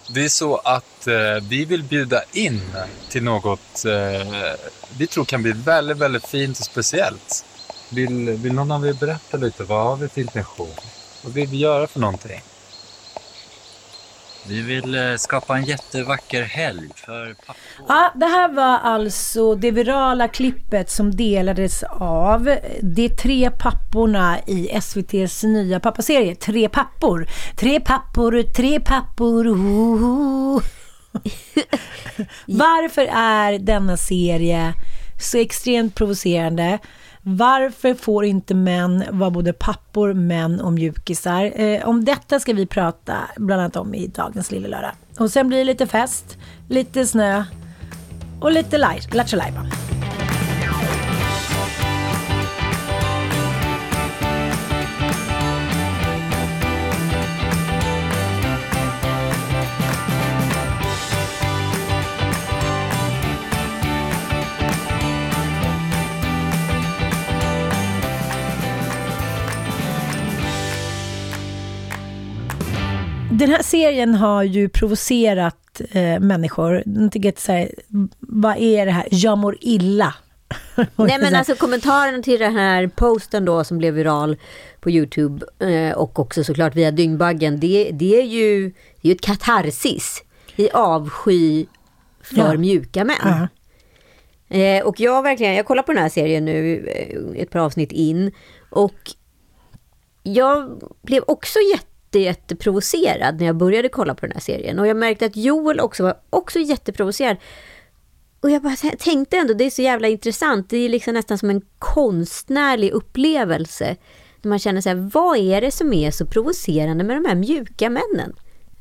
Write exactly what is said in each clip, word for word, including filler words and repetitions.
Det är så att eh, vi vill bjuda in till något eh, vi tror kan bli väldigt, väldigt fint och speciellt. Vill, vill någon av er berätta lite? Vad har vi för intention? Vad vill vi göra för någonting? Vi vill eh, skapa en jättevacker helg för pappor. Ja, det här var alltså det virala klippet som delades av de tre papporna i S V T:s nya pappaserie. Tre pappor. Tre pappor, tre pappor. Oh. Varför är denna serie så extremt provocerande? Varför får inte män vara både pappor, män och mjukisar? Eh, om detta ska vi prata bland annat om i dagens Lilla Lördag. Och sen blir det lite fest, lite snö och lite lattjo lajban. Den här serien har ju provocerat eh, människor. Jag tycker att säga, vad är det här? Jag mår illa. Nej, men alltså kommentarerna till den här posten då som blev viral på YouTube eh, och också såklart via Dyngbaggen, det, det är ju det är ett katarsis i avsky för ja. mjuka män. Uh-huh. Eh, och jag verkligen, jag kollar på den här serien nu ett par avsnitt in och jag blev också jätte jätteprovocerad när jag började kolla på den här serien. Och jag märkte att Joel också var också jätteprovocerad. Och jag bara tänkte ändå, det är så jävla intressant. Det är liksom nästan som en konstnärlig upplevelse. När man känner så här, vad är det som är så provocerande med de här mjuka männen?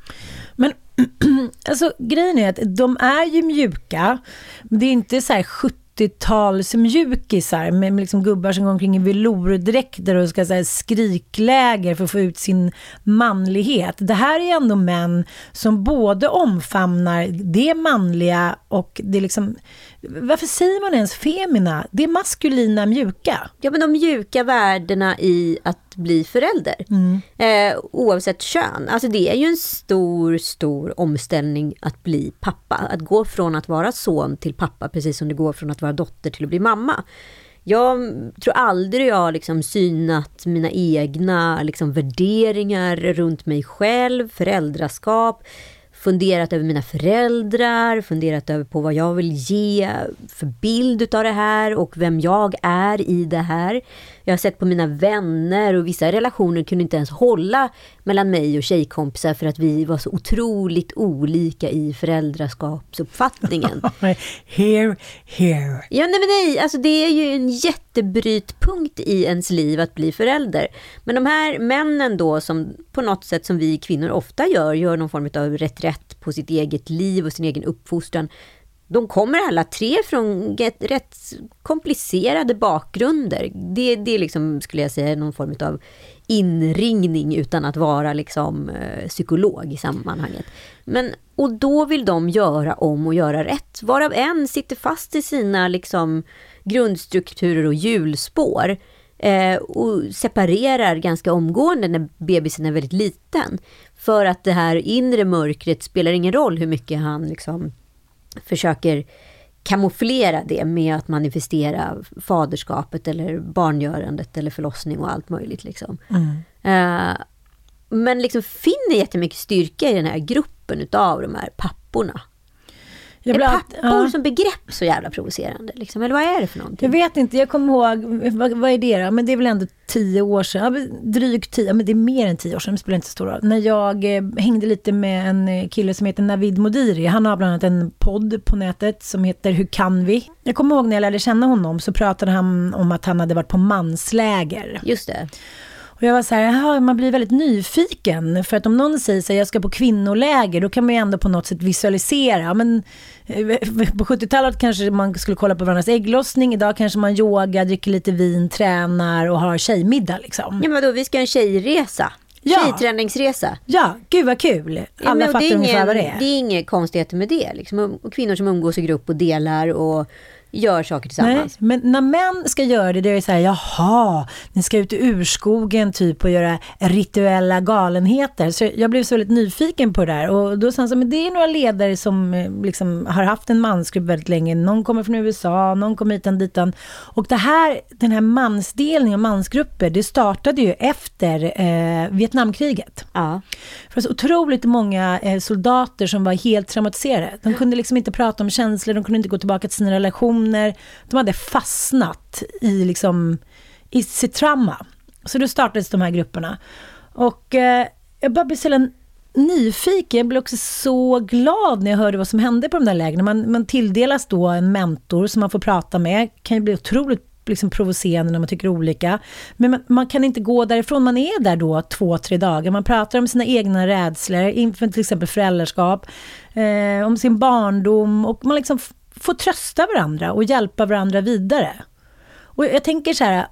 Men alltså grejen är att de är ju mjuka. Men det är inte så här sjuttio-tals mjukisar med liksom gubbar som går omkring i velourdräkter och ska säga skrikläger för att få ut sin manlighet. Det här är ändå män som både omfamnar det manliga och det liksom, varför säger man ens femina? Det är maskulina mjuka. Ja, men de mjuka värdena i att bli förälder. Mm. Eh, oavsett kön. Alltså det är ju en stor, stor omställning att bli pappa. Att gå från att vara son till pappa, precis som det går från att vara dotter till att bli mamma. Jag tror aldrig jag har liksom synat mina egna liksom värderingar runt mig själv, föräldraskap, funderat över mina föräldrar, funderat över på vad jag vill ge för bild av det här och vem jag är i det här. Jag har sett på mina vänner och vissa relationer kunde inte ens hålla mellan mig och tjejkompisar för att vi var så otroligt olika i föräldraskapsuppfattningen. Here, here. Ja, nej, men nej, alltså det är ju en jättebrytpunkt i ens liv att bli förälder. Men de här männen då som på något sätt som vi kvinnor ofta gör, gör någon form av reträtt på sitt eget liv och sin egen uppfostran. De kommer alla tre från rätt komplicerade bakgrunder. Det, det är liksom, skulle jag säga, någon form av inringning utan att vara liksom eh, psykolog i sammanhanget. Men, och då vill de göra om och göra rätt. Varav en sitter fast i sina liksom grundstrukturer och hjulspår eh, och separerar ganska omgående när bebisen är väldigt liten. För att det här inre mörkret spelar ingen roll hur mycket han liksom försöker kamouflera det med att manifestera faderskapet eller barngörandet eller förlossning och allt möjligt liksom. Mm. Uh, men liksom finner jättemycket styrka i den här gruppen utav de här papporna. Jag är pappor ja. som begrepp så jävla provocerande liksom? Eller vad är det för någonting? Jag vet inte, jag kommer ihåg vad, vad är det då? Men det är väl ändå tio år sedan, drygt tio, men det är mer än tio år sedan, det spelar inte så stor roll. När jag eh, hängde lite med en kille som heter Navid Modiri, han har bland annat en podd på nätet som heter Hur kan vi? Jag kommer ihåg när jag lärde känna honom så pratade han om att han hade varit på mansläger. Just det. Och jag var så här, man blir väldigt nyfiken. För att om någon säger att jag ska på kvinnoläger, då kan man ju ändå på något sätt visualisera. Men på sjuttiotalet kanske man skulle kolla på varandras ägglossning. Idag kanske man yoga, dricker lite vin, tränar och har tjejmiddag liksom. Ja, men då vi ska en tjejresa. Ja. Tjejträningsresa. Ja, gud vad kul. Alla ja, fattar ungefär vad det är. Det är inga konstigheter med det. Liksom. Och kvinnor som umgås i grupp och delar och gör saker tillsammans. Nej, men när män ska göra det, det är så här, jaha, ni ska ut i urskogen typ och göra rituella galenheter. Så jag blev så väldigt nyfiken på det där. Och då sa han så, men det är några ledare som liksom har haft en mansgrupp väldigt länge. Någon kommer från U S A, någon kommer hit och ditan. Och det här, den här mansdelningen och mansgrupper, det startade ju efter eh, Vietnamkriget. Ja. För så otroligt många eh, soldater som var helt traumatiserade. De kunde liksom inte prata om känslor, de kunde inte gå tillbaka till sina relationer. De hade fastnat i, liksom, i sitt trauma. Så då startades de här grupperna. Och eh, jag bara blev så nyfiken. Jag blev också så glad när jag hörde vad som hände på de där lägren. Man, man tilldelas då en mentor som man får prata med. Kan ju bli otroligt liksom provocerande när man tycker olika. Men man, man kan inte gå därifrån. Man är där då två, tre dagar. Man pratar om sina egna rädslor inför till exempel föräldraskap. Eh, om sin barndom. Och man liksom får trösta varandra och hjälpa varandra vidare. Och jag tänker så här,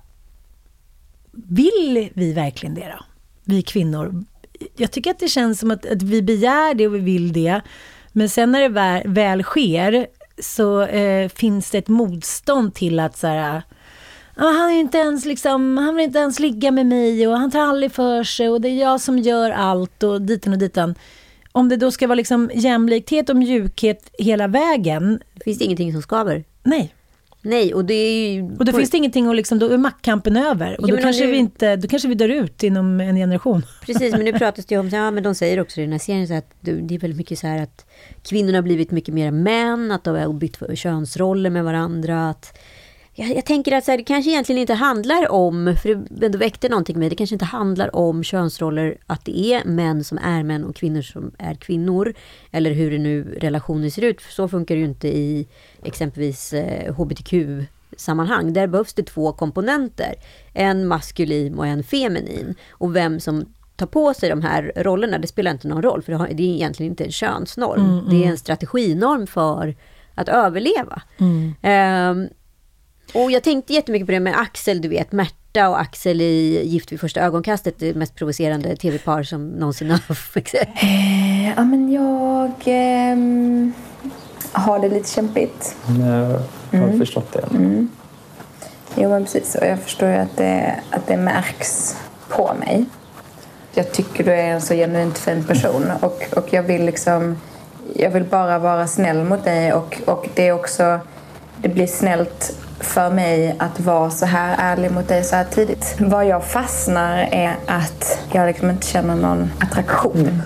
vill vi verkligen det då? Vi kvinnor. Jag tycker att det känns som att, att vi begär det och vi vill det. Men sen när det väl, väl sker så eh, finns det ett motstånd till att så här, ah, han är inte ens liksom, han vill inte ens ligga med mig och han tar aldrig för sig och det är jag som gör allt och ditan och ditan. Om det då ska vara liksom jämlikhet och mjukhet hela vägen. Finns det ingenting som skaver? Nej. Nej, och det är ju... Och då finns det ingenting att liksom, då är maktkampen över. Och ja, då, kanske nu... vi inte, då kanske vi dör ut inom en generation. Precis, men nu pratas det ju om, ja men de säger också i den här serien så att det är väldigt mycket så här att kvinnorna har blivit mycket mer män, att de har bytt könsroller med varandra, att Jag, jag tänker att så här, det kanske egentligen inte handlar om, för det ändå väckte någonting med mig, det kanske inte handlar om könsroller, att det är män som är män och kvinnor som är kvinnor, eller hur det nu relationer ser ut, för så funkar det ju inte i exempelvis eh, H B T Q-sammanhang. Där behövs det två komponenter, en maskulin och en feminin, och vem som tar på sig de här rollerna, det spelar inte någon roll, för det, har, det är egentligen inte en könsnorm, mm, mm. det är en strateginorm för att överleva. Mm. Um, Och jag tänkte jättemycket på det med Axel, du vet, Märta och Axel i Gift vid första ögonkastet, det mest provocerande tv-par som någonsin har fixat. Eh, ja, men jag eh, har det lite kämpigt. Jag har mm. förstått det. Mm. Jo, men precis. Och jag förstår ju att det, att det märks på mig. Jag tycker du är en så genuint fin person. Och, och jag vill liksom, jag vill bara vara snäll mot dig. Och, och det är också, det blir snällt för mig att vara så här ärlig mot dig så här tidigt. Vad jag fastnar är att jag liksom inte känner någon attraktion.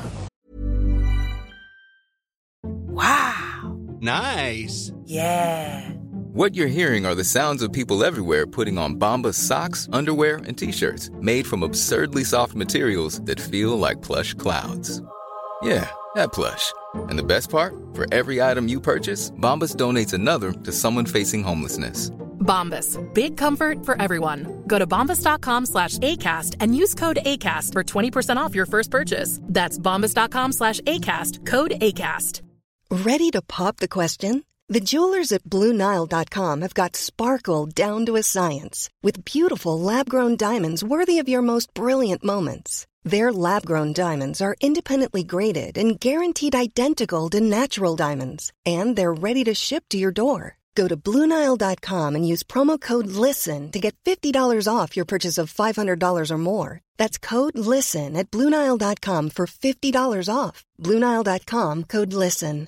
Wow! Nice! Yeah! What you're hearing are the sounds of people everywhere putting on Bombas socks, underwear, and t-shirts made from absurdly soft materials that feel like plush clouds. Yeah, that plush. And the best part? For every item you purchase, Bombas donates another to someone facing homelessness. Bombas, big comfort for everyone. Go to bombas.com slash ACAST and use code ACAST for twenty percent off your first purchase. That's bombas.com slash ACAST, code ACAST. Ready to pop the question? The jewelers at Blue Nile dot com have got sparkle down to a science with beautiful lab-grown diamonds worthy of your most brilliant moments. Their lab-grown diamonds are independently graded and guaranteed identical to natural diamonds. And they're ready to ship to your door. Go to Blue Nile dot com and use promo code LISTEN to get fifty dollars off your purchase of five hundred dollars or more. That's code LISTEN at Blue Nile dot com for fifty dollars off. Blue Nile dot com, code LISTEN.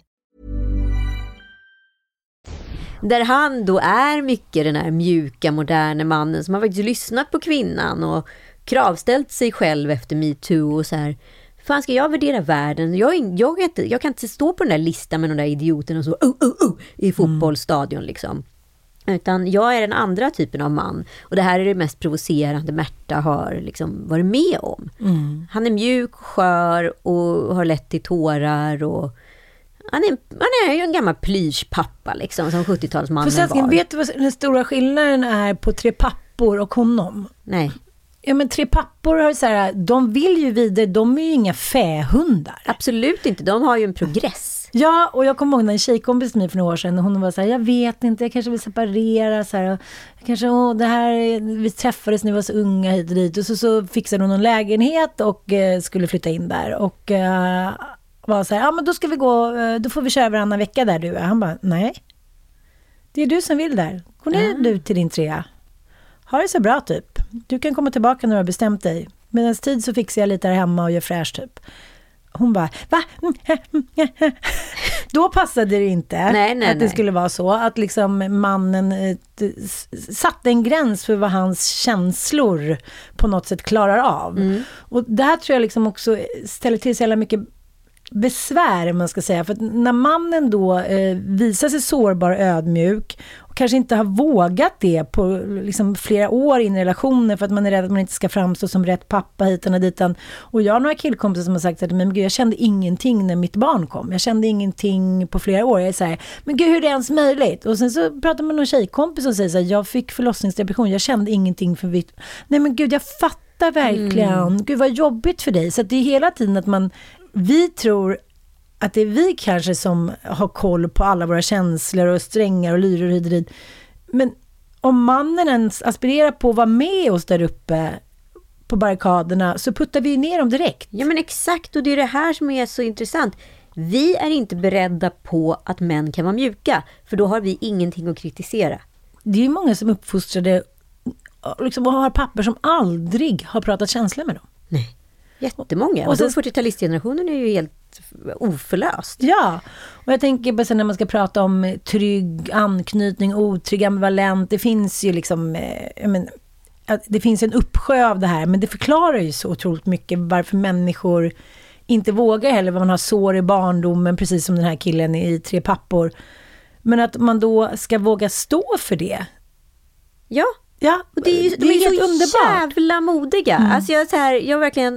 Där han då är mycket den här mjuka, moderna mannen som har faktiskt lyssnat på kvinnan och kravställt sig själv efter MeToo och så här. Fan, ska jag värdera världen? Jag, jag, kan inte, jag kan inte stå på den där listan med de där idioterna och så oh, oh, oh, i fotbollsstadion liksom. Utan jag är den andra typen av man. Och det här är det mest provocerande Märta har liksom varit med om. Mm. Han är mjuk, skör och har lätt till tårar och han är, han är ju en gammal plyschpappa liksom, som sjuttiotalsmannen var. Vet du vad den stora skillnaden är på tre pappor och honom? Nej. Ja, men tre pappor har så här, de vill ju vidare, de är ju inga fähundar. Absolut inte, de har ju en progress. Ja, och jag kommer ihåg när en tjejkompis till mig för några år sedan, och hon var så här, jag vet inte, jag kanske vill separera så här, och kanske, åh, det här, vi träffades när vi var så unga hit och dit, och så, så fixade hon en lägenhet och eh, skulle flytta in där, och eh, var så här, ja men då ska vi gå, då får vi köra varannan vecka där du är. Han bara, nej. Det är du som vill där. Gå ner mm. du till din trea. Ha det så bra typ. Du kan komma tillbaka när du har bestämt dig. Medan tid så fixar jag lite här hemma och gör fräsch typ. Hon bara, va? Då passade det inte nej, nej, att det nej. skulle vara så. Att liksom mannen eh, satte en gräns för vad hans känslor på något sätt klarar av. Mm. Och det här tror jag liksom också ställer till så jävla mycket besvär, man ska säga. För att när mannen då eh, visar sig sårbar och ödmjuk och kanske inte har vågat det på liksom, flera år in i relationer för att man är rädd att man inte ska framstå som rätt pappa hitan och ditan. Och jag har några killkompisar som har sagt att men gud, jag kände ingenting när mitt barn kom. Jag kände ingenting på flera år. Jag är så här, men gud, hur är det ens möjligt? Och sen så pratar man med någon tjejkompis och säger så här, jag fick förlossningsdepression, jag kände ingenting för vitt. Nej men gud, jag fattar verkligen. Mm. Gud, vad jobbigt för dig. Så att det är hela tiden att man vi tror att det är vi kanske som har koll på alla våra känslor och strängar och lyror och hydrid. Men om mannen ens aspirerar på att vara med oss där uppe på barrikaderna så puttar vi ner dem direkt. Ja men exakt, och det är det här som är så intressant. Vi är inte beredda på att män kan vara mjuka, för då har vi ingenting att kritisera. Det är ju många som uppfostrade liksom, och har papper som aldrig har pratat känslor med dem. Nej. Jättemånga. Och, och sen fyrtiotalistgenerationen är ju helt oförlöst. Ja, och jag tänker på sen när man ska prata om trygg anknytning, otrygg, ambivalent. Det finns ju liksom, jag men, det finns en uppsjö av det här, men det förklarar ju så otroligt mycket varför människor inte vågar heller, vad man har sår i barndomen, precis som den här killen i Tre pappor. Men att man då ska våga stå för det. Ja. Ja, och det är ju, det de är, är så underbart. Jävla modiga. Mm. Alltså jag, så här, jag verkligen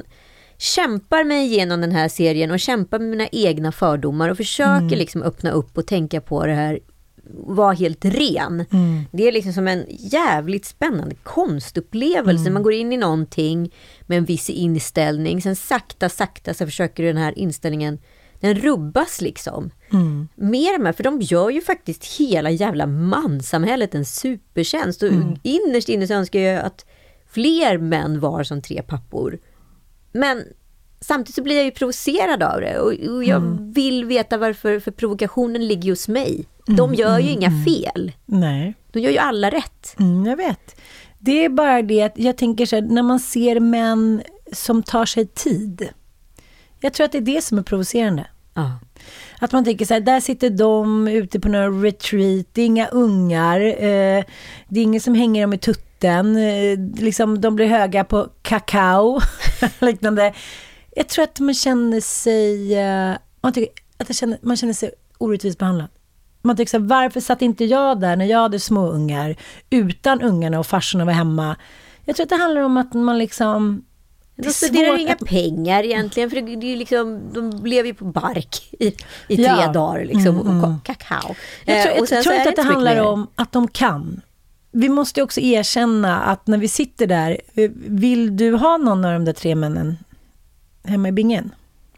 kämpar mig igenom den här serien och kämpar med mina egna fördomar och försöker mm. liksom öppna upp och tänka på det här, vara helt ren. Mm. Det är liksom som en jävligt spännande konstupplevelse. Mm. Man går in i någonting med en viss inställning, sen sakta, sakta så försöker den här inställningen, den rubbas liksom. Mm. Mer med, för de gör ju faktiskt hela jävla manssamhället en supertjänst. Och mm. innerst inne så önskar jag att fler män var som Tre pappor. Men samtidigt så blir jag ju provocerad av det. Och, och jag mm. vill veta varför, för provokationen ligger hos mig. De gör ju mm. inga fel. Nej. De gör ju alla rätt. Mm, jag vet. Det är bara det att jag tänker så här, när man ser män som tar sig tid. Jag tror att det är det som är provocerande. Ah. Att man tänker så här, där sitter de ute på några retreat, det är inga ungar, eh, det är ingen som hänger dem i tutten, eh, liksom de blir höga på kakao, liknande. Jag tror att man känner sig, eh, man, tycker, att jag känner, man känner sig orättvist behandlad. Man tänker så här, varför satt inte jag där när jag hade små ungar, utan ungarna och farsorna var hemma? Jag tror att det handlar om att man liksom... De studerar inga att... pengar egentligen, för det, det är liksom, de lever ju på bark i, i tre ja. dagar liksom, mm, och mm. kakao. Jag tror, jag, jag tror inte att det handlar mer. om att de kan. Vi måste också erkänna att när vi sitter där, vill du ha någon av de där tre männen hemma i bingen?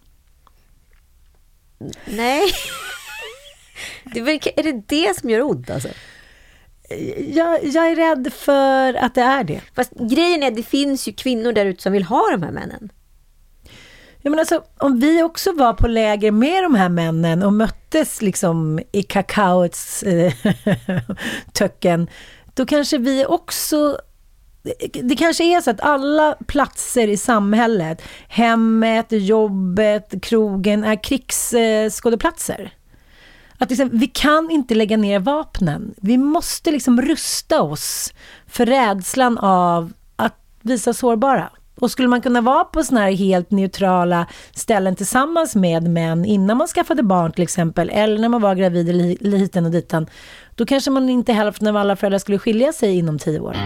Nej. Det är, är det det som gör ont alltså? Jag, jag är rädd för att det är det. Fast grejen är att det finns ju kvinnor där ute som vill ha de här männen. Ja, men alltså, om vi också var på läger med de här männen och möttes liksom i kakaots äh, töcken, då kanske vi också... Det kanske är så att alla platser i samhället, hemmet, jobbet, krogen, är krigsskådeplatser. Att liksom, vi kan inte lägga ner vapnen. Vi måste liksom rusta oss för rädslan av att visa sårbara. Och skulle man kunna vara på såna här helt neutrala ställen tillsammans med män innan man skaffade barn till exempel, eller när man var gravid eller hiten och ditan, då kanske man inte hälften av alla föräldrar skulle skilja sig inom tio år.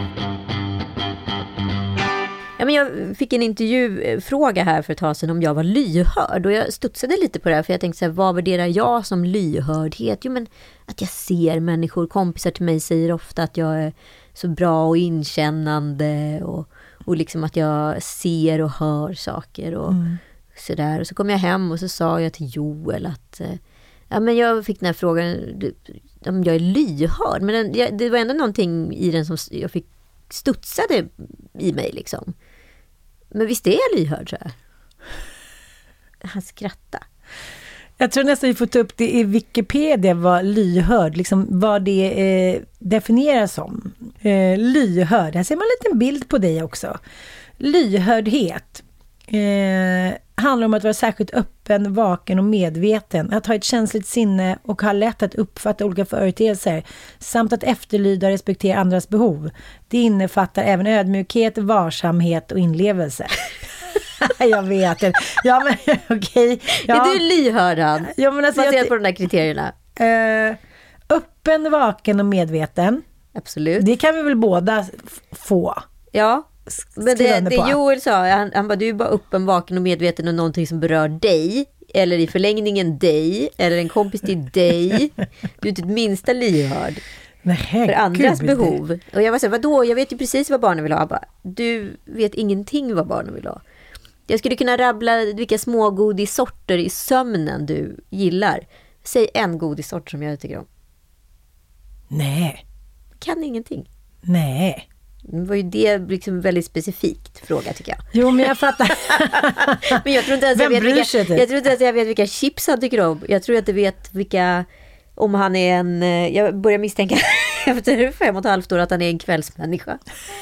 Ja, men jag fick en intervjufråga här för ett tag sedan om jag var lyhörd, och jag studsade lite på det här, för jag tänkte så här, vad värderar jag som lyhördhet? Jo, men att jag ser människor, kompisar till mig säger ofta att jag är så bra och inkännande, och, och liksom att jag ser och hör saker och mm. sådär. Och så kom jag hem och så sa jag till Joel att ja, men jag fick den här frågan om jag är lyhörd, men den, det var ändå någonting i den som jag fick studsade i mig liksom. Men visst är jag lyhörd så här? Han skrattade. Jag tror nästan vi får ta upp det i Wikipedia vad lyhörd, liksom vad det eh, definieras som. Eh, lyhörd, här ser man en liten bild på dig också. Lyhördhet eh, handlar om att vara särskilt öppen, vaken och medveten. Att ha ett känsligt sinne och ha lätt att uppfatta olika företeelser. Samt att efterlyda och respektera andras behov. Det innefattar även ödmjukhet, varsamhet och inlevelse. Jag vet det. Ja, men okej. Okay. Ja. Är du lyhörd? Ja, men alltså, baserat jag, på de där kriterierna. Uh, öppen, vaken och medveten. Absolut. Det kan vi väl båda f- få. Ja. Men det, det Joel sa, han, han bara, du är bara öppen, vaken och medveten om någonting som berör dig. Eller i förlängningen dig. Eller en kompis till dig. Du är inte ett minsta lyhörd. Nej, för andras Gud, behov. Det. Och jag var så här, vadå? Jag vet ju precis vad barnen vill ha. Bara, du vet ingenting vad barnen vill ha. Jag skulle kunna rabbla vilka små godissorter i sömnen du gillar. Säg en godissort som jag tycker om. Nej. Kan ingenting. Nej. Det var ju det liksom väldigt specifikt fråga tycker jag. Jo, men jag fattar. Men jag tror inte ens jag vet vilka, jag tror inte ens jag vet vilka chips han tycker om. Jag tror att jag vet vilka, om han är en, jag börjar misstänka efter fem och ett halvt år att han är en kvällsmänniska.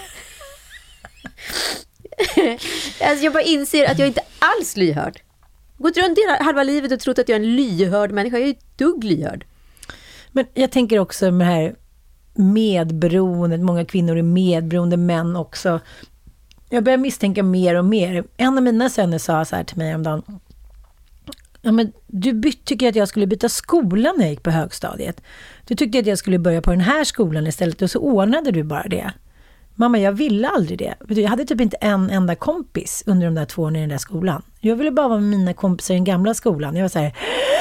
Alltså jag bara inser att jag inte alls lyhörd. Gått runt hela halva livet och trott att jag är en lyhörd människa. Jag är ju dugg lyhörd. Men jag tänker också med det här medberoendet. Många kvinnor är medberoende, män också. Jag börjar misstänka mer och mer. En av mina söner sa så här till mig om dagen. Ja, men du byt, tycker att jag skulle byta skola när jag gick på högstadiet. Du tyckte att jag skulle börja på den här skolan istället och så ordnade du bara det. Mamma, jag ville aldrig det. Jag hade typ inte en enda kompis under de där två åren i den där skolan. Jag ville bara vara med mina kompisar i den gamla skolan. Jag var så här...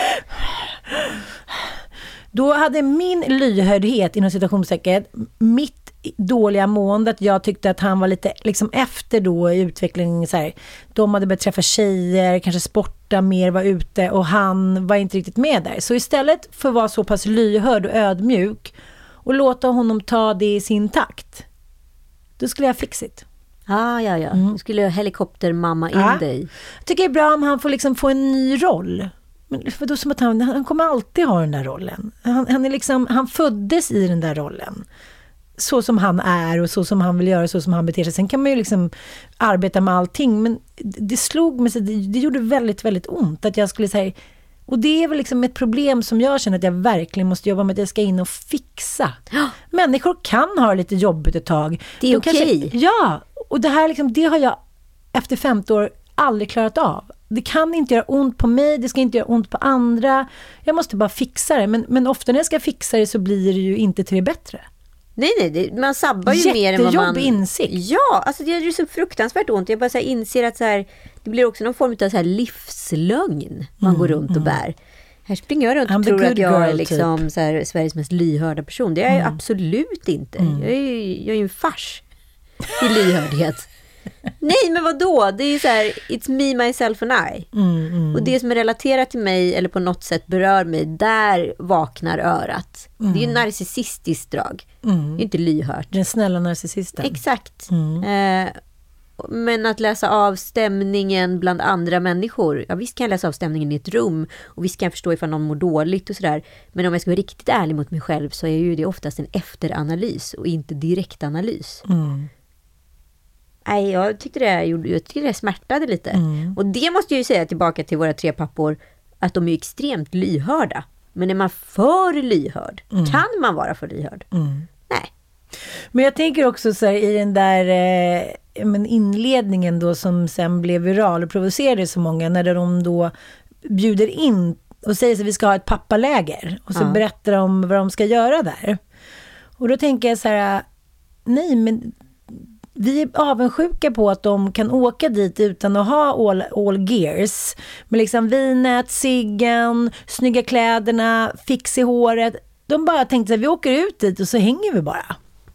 Då hade min lyhördhet inom situationstecken, mitt dåliga mående, att jag tyckte att han var lite liksom efter då i utvecklingen så här, de hade börjat träffa tjejer, kanske sporta mer, var ute och han var inte riktigt med där. Så istället för att vara så pass lyhörd och ödmjuk och låta honom ta det i sin takt, då skulle jag fixit. Ah, ja, ja. Mm. Du skulle helikoptermamma in ja. dig. Jag tycker det är bra om han får liksom få en ny roll. Men för då som att han, han kommer alltid ha den där rollen. Han, han, är liksom, han föddes i den där rollen. Så som han är och så som han vill göra, så som han beter sig. Sen kan man ju liksom arbeta med allting. Men det slog mig, det, det gjorde väldigt, väldigt ont att jag skulle säga. Och det är väl liksom ett problem som jag känner att jag verkligen måste jobba med, att jag ska in och fixa. Ja. Människor kan ha lite jobbigt ett tag. Det är okej. Okay. Ja, och det här liksom, det har jag efter femtio år aldrig klarat av. Det kan inte göra ont på mig, det ska inte göra ont på andra. Jag måste bara fixa det. Men, men ofta när jag ska fixa det så blir det ju inte till det bättre. Nej, nej, det, man sabbar ju mer än vad man... Jättejobb insikt. Ja, alltså det är ju så fruktansvärt ont. Jag bara så här inser att så här, det blir också någon form av så här livslögn man mm, går runt och bär. Här springer jag runt och tror att jag är liksom typ. så här, Sveriges mest lyhörda person. Det är jag mm. absolut inte. Mm. Jag är ju jag är ju en fars i lyhördhet. Nej, men vadå? Det är ju så här, it's me, myself and I. Mm, mm. Och det som är relaterat till mig eller på något sätt berör mig, där vaknar örat. Mm. Det är ju narcissistiskt drag. Mm. Det är inte lyhört. Den snälla narcissisten. Exakt. Mm. Eh, men att läsa av stämningen bland andra människor. Ja, visst kan jag läsa av stämningen i ett rum. Och visst kan jag förstå ifall någon mår dåligt och sådär. Men om jag ska vara riktigt ärlig mot mig själv så är ju det oftast en efteranalys och inte direktanalys. Mm. Nej, jag tyckte det, jag tyckte det smärtade lite. Mm. Och det måste jag ju säga tillbaka till våra tre pappor, att de är extremt lyhörda. Men är man för lyhörd? Mm. Kan man vara för lyhörd? Mm. Nej. Men jag tänker också så här, i den där eh, men inledningen då som sen blev viral och provocerade så många, när de då bjuder in och säger att vi ska ha ett pappaläger. Och så ja. berättar de vad de ska göra där. Och då tänker jag så här, nej men... Vi är avundsjuka på att de kan åka dit utan att ha all, all gears. Med liksom vinet, ciggen, snygga kläderna, fix i håret. De bara tänkte att vi åker ut dit och så hänger vi bara.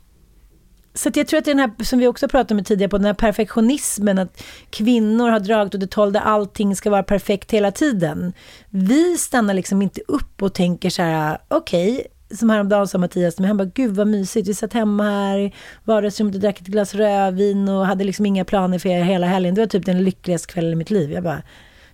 Så att jag tror att det är den här, som vi också pratade om tidigare, på den här perfektionismen, att kvinnor har dragit åt det håll där allting ska vara perfekt hela tiden. Vi stannar liksom inte upp och tänker så här, okej, okay, som häromdagen sa Mattias, men han bara, gud vad mysigt, vi satt hemma här i vardagsrummet och drack ett glas rödvin och hade liksom inga planer för hela helgen. Det var typ den lyckligaste kvällen i mitt liv. Jag bara,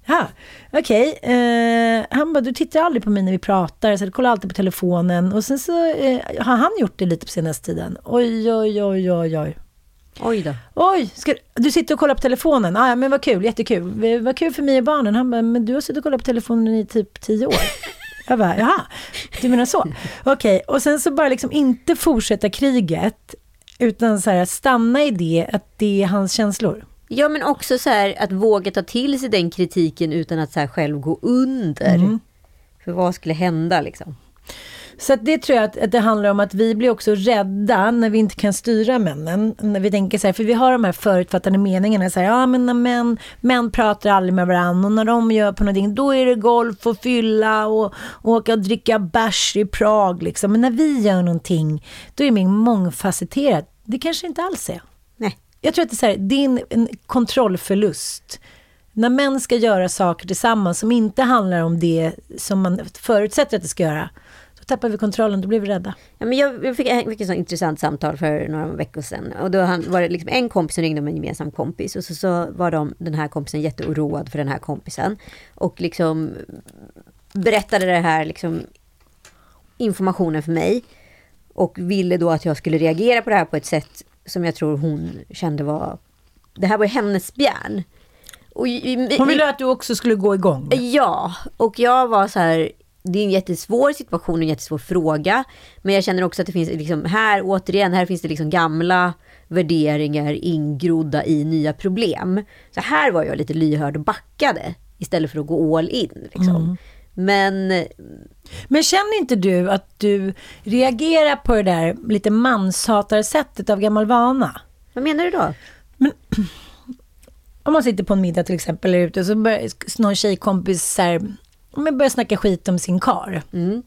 Ja, okej. Okay. Eh, han bara, du tittar aldrig på mig när vi pratar, så jag kollar alltid på telefonen. Och sen så eh, har han gjort det lite på senaste tiden. Oj, oj, oj, oj, oj. Oj då. Oj, ska, du sitter och kollar på telefonen. Ah, ja, men vad kul, jättekul. Vad kul för mig och barnen. Han bara, men du har suttit och kollat på telefonen i typ tio år. Jag bara, jaha, du menar så. Okej, okay. Och sen så bara liksom inte fortsätta kriget, utan så här, stanna i det, att det är hans känslor. Ja, men också så här, att våga ta till sig den kritiken utan att så här själv gå under. Mm. För vad skulle hända liksom? Så att det tror jag att, att det handlar om att vi blir också rädda när vi inte kan styra männen. När vi tänker så här, för vi har de här förutfattade meningarna. Så här, ja, men när män, män pratar aldrig med varandra. Och när de gör på någonting, då är det golf och fylla och, och åka och dricka bärs i Prag. Liksom. Men när vi gör någonting, då är det mer mångfacetterat. Det kanske inte alls är. Nej. Jag tror att det är så här, det är en, en kontrollförlust. När män ska göra saker tillsammans som inte handlar om det som man förutsätter att det ska göra, då tappar vi kontrollen, då blir vi rädda. Ja, men jag, jag fick, jag fick ett sånt intressant samtal för några veckor sedan. Och då var det liksom en kompis som ringde om en gemensam kompis. Och så, så var de, den här kompisen jätteoroad för den här kompisen. Och liksom berättade det här liksom, informationen för mig. Och ville då att jag skulle reagera på det här på ett sätt som jag tror hon kände var... Det här var hennes bjärn. Och, hon ville att du också skulle gå igång. Ja, och jag var så här... Det är en jättesvår situation och en jättesvår fråga. Men jag känner också att det finns liksom... Här, återigen, här finns det liksom gamla värderingar ingrodda i nya problem. Så här var jag lite lyhörd och backade istället för att gå all in. Liksom. Mm. Men... Men känner inte du att du reagerar på det där lite manshatarsättet av gammal vana? Vad menar du då? Men, om man sitter på en middag till exempel eller ute, så börjar någon tjejkompis så här, men börjar snacka skit om sin kar. Mm.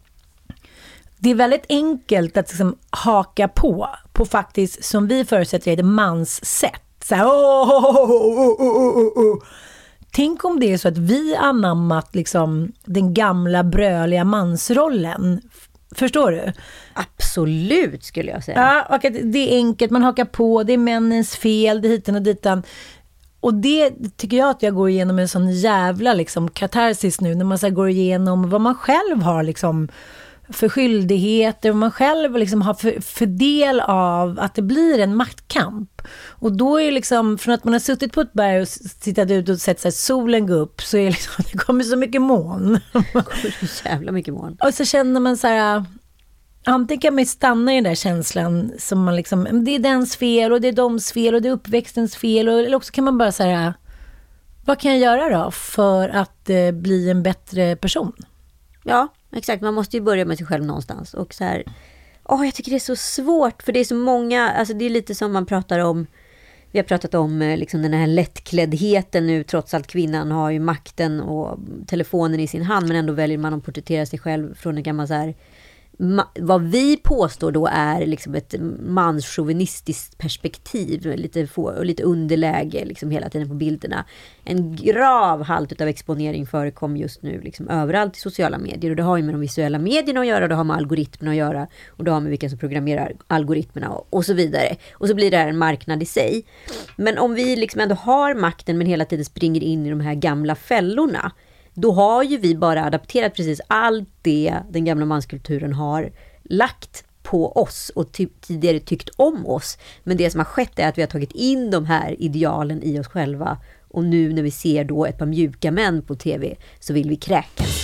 Det är väldigt enkelt att liksom haka på, på faktiskt, som vi förutsätter är det mans sätt. Så här, oh, oh, oh, oh, oh, oh. Tänk om det är så att vi anammat liksom den gamla bröliga mansrollen. Förstår du? Absolut, skulle jag säga. Ja, och att det är enkelt, man hakar på, det är männens fel, det är hiten och ditan. Och det tycker jag att jag går igenom en sån jävla liksom katarsis nu, när man så går igenom vad man själv har liksom för skyldigheter, vad man själv liksom har för, för del av att det blir en maktkamp. Och då är liksom, från att man har suttit på ett berg och tittat ut och sett så här, solen gå upp, så är liksom, det kommer så mycket moln. Det kommer så jävla mycket moln. Och så känner man så här, antingen kan man stanna i den där känslan som man liksom, det är dens fel och det är doms fel och det är uppväxtens fel, och, eller också kan man bara säga, vad kan jag göra då för att eh, bli en bättre person? Ja, exakt. Man måste ju börja med sig själv någonstans. Och så här, åh, jag tycker det är så svårt, för det är så många, alltså det är lite som man pratar om, vi har pratat om liksom den här lättkläddheten nu, trots att kvinnan har ju makten och telefonen i sin hand, men ändå väljer man att porträttera sig själv från en gammal så här, ma- vad vi påstår då är liksom ett manschauvinistiskt perspektiv, lite, få, och lite underläge liksom hela tiden på bilderna. En grav halt av exponering förekommer just nu liksom överallt i sociala medier, och det har ju med de visuella medierna att göra, det har med algoritmerna att göra, och det har med vilka som programmerar algoritmerna och, och så vidare. Och så blir det här en marknad i sig. Men om vi liksom ändå har makten men hela tiden springer in i de här gamla fällorna, då har ju vi bara adapterat precis allt det den gamla manskulturen har lagt på oss och ty- tidigare tyckt om oss. Men det som har skett är att vi har tagit in de här idealen i oss själva, och nu när vi ser då ett par mjuka män på tv så vill vi kräkas.